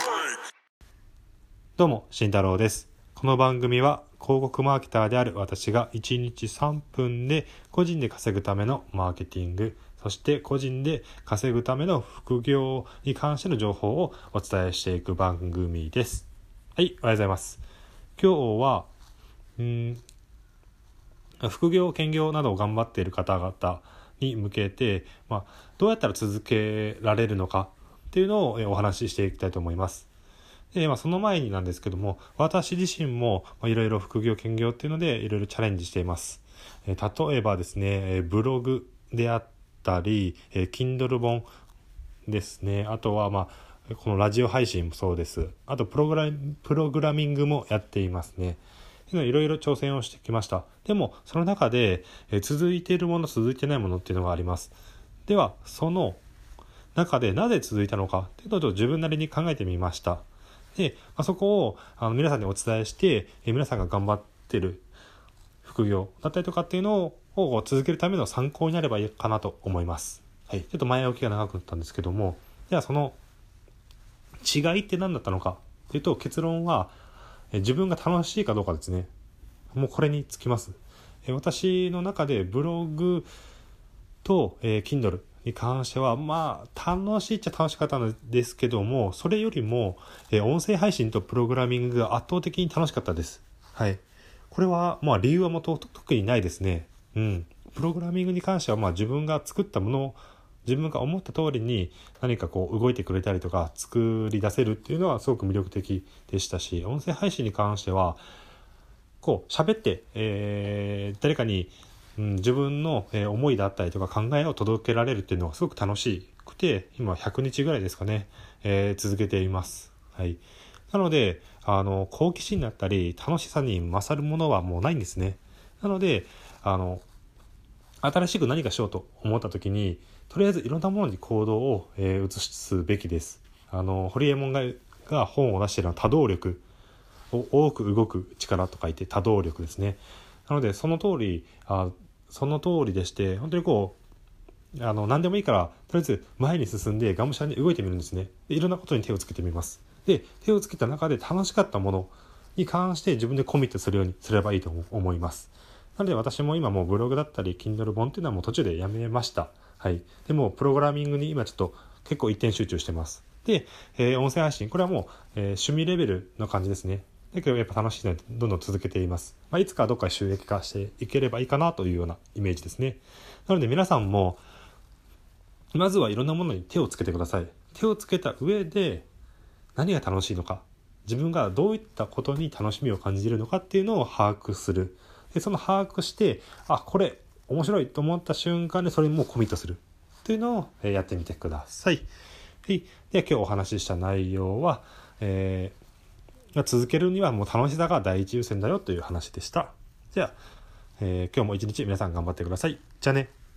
どうも、慎太郎です。この番組は広告マーケターである私が1日3分で個人で稼ぐためのマーケティング、そして個人で稼ぐための副業に関しての情報をお伝えしていく番組です。はい、おはようございます。今日は副業、兼業などを頑張っている方々に向けて、どうやったら続けられるのかっていうのをお話ししていきたいと思います。で、その前になんですけども、私自身もいろいろ副業、兼業っていうのでいろいろチャレンジしています。例えばですね、ブログであったり、Kindle 本ですね。あとはこのラジオ配信もそうです。あとプログラミングもやっていますね。いろいろ挑戦をしてきました。でもその中で続いているもの、続いてないものっていうのがあります。ではその中でなぜ続いたのかっていうのを自分なりに考えてみました。で、そこを皆さんにお伝えして、皆さんが頑張ってる副業だったりとかっていうのを続けるための参考になればいいかなと思います。はい、ちょっと前置きが長くなったんですけども、じゃあその違いって何だったのかっていうと、結論は自分が楽しいかどうかですね。もうこれにつきます。私の中でブログと、Kindle に関しては楽しいっちゃ楽しかったんですけども、それよりも、音声配信とプログラミングが圧倒的に楽しかったです。はい。これは理由はもう特にないですね。プログラミングに関しては自分が作ったもの、自分が思った通りに何か動いてくれたりとか作り出せるっていうのはすごく魅力的でしたし、音声配信に関しては喋って、誰かに、自分の思いだったりとか考えを届けられるっていうのがすごく楽しくて、今100日ぐらいですかね、続けています。はい。なので好奇心だったり楽しさに勝るものはもうないんですね。なので新しく何かしようと思った時に、とりあえずいろんなものに行動を、移すべきです。ホリエモンが本を出しているのは多動力、多く動く力と書いて多動力ですね。なのでその通りでして、本当に何でもいいからとりあえず前に進んでがむしゃらに動いてみるんですね。で、いろんなことに手をつけてみます。で、手をつけた中で楽しかったものに関して自分でコミットするようにすればいいと思います。なので私も今もうブログだったり Kindle 本っていうのはもう途中でやめました。はい。でもプログラミングに今ちょっと結構一点集中してます。で、音声配信、これはもう、趣味レベルの感じですね。だけどやっぱ楽しいのでどんどん続けています。いつかどっか収益化していければいいかなというようなイメージですね。なので皆さんもまずはいろんなものに手をつけてください。手をつけた上で何が楽しいのか、自分がどういったことに楽しみを感じるのかっていうのを把握する。で、その把握して、これ面白いと思った瞬間でそれにもうコミットするというのをやってみてください。はい。では今日お話しした内容は、続けるにはもう楽しさが第一優先だよという話でした。じゃあ、今日も一日皆さん頑張ってください。じゃあね。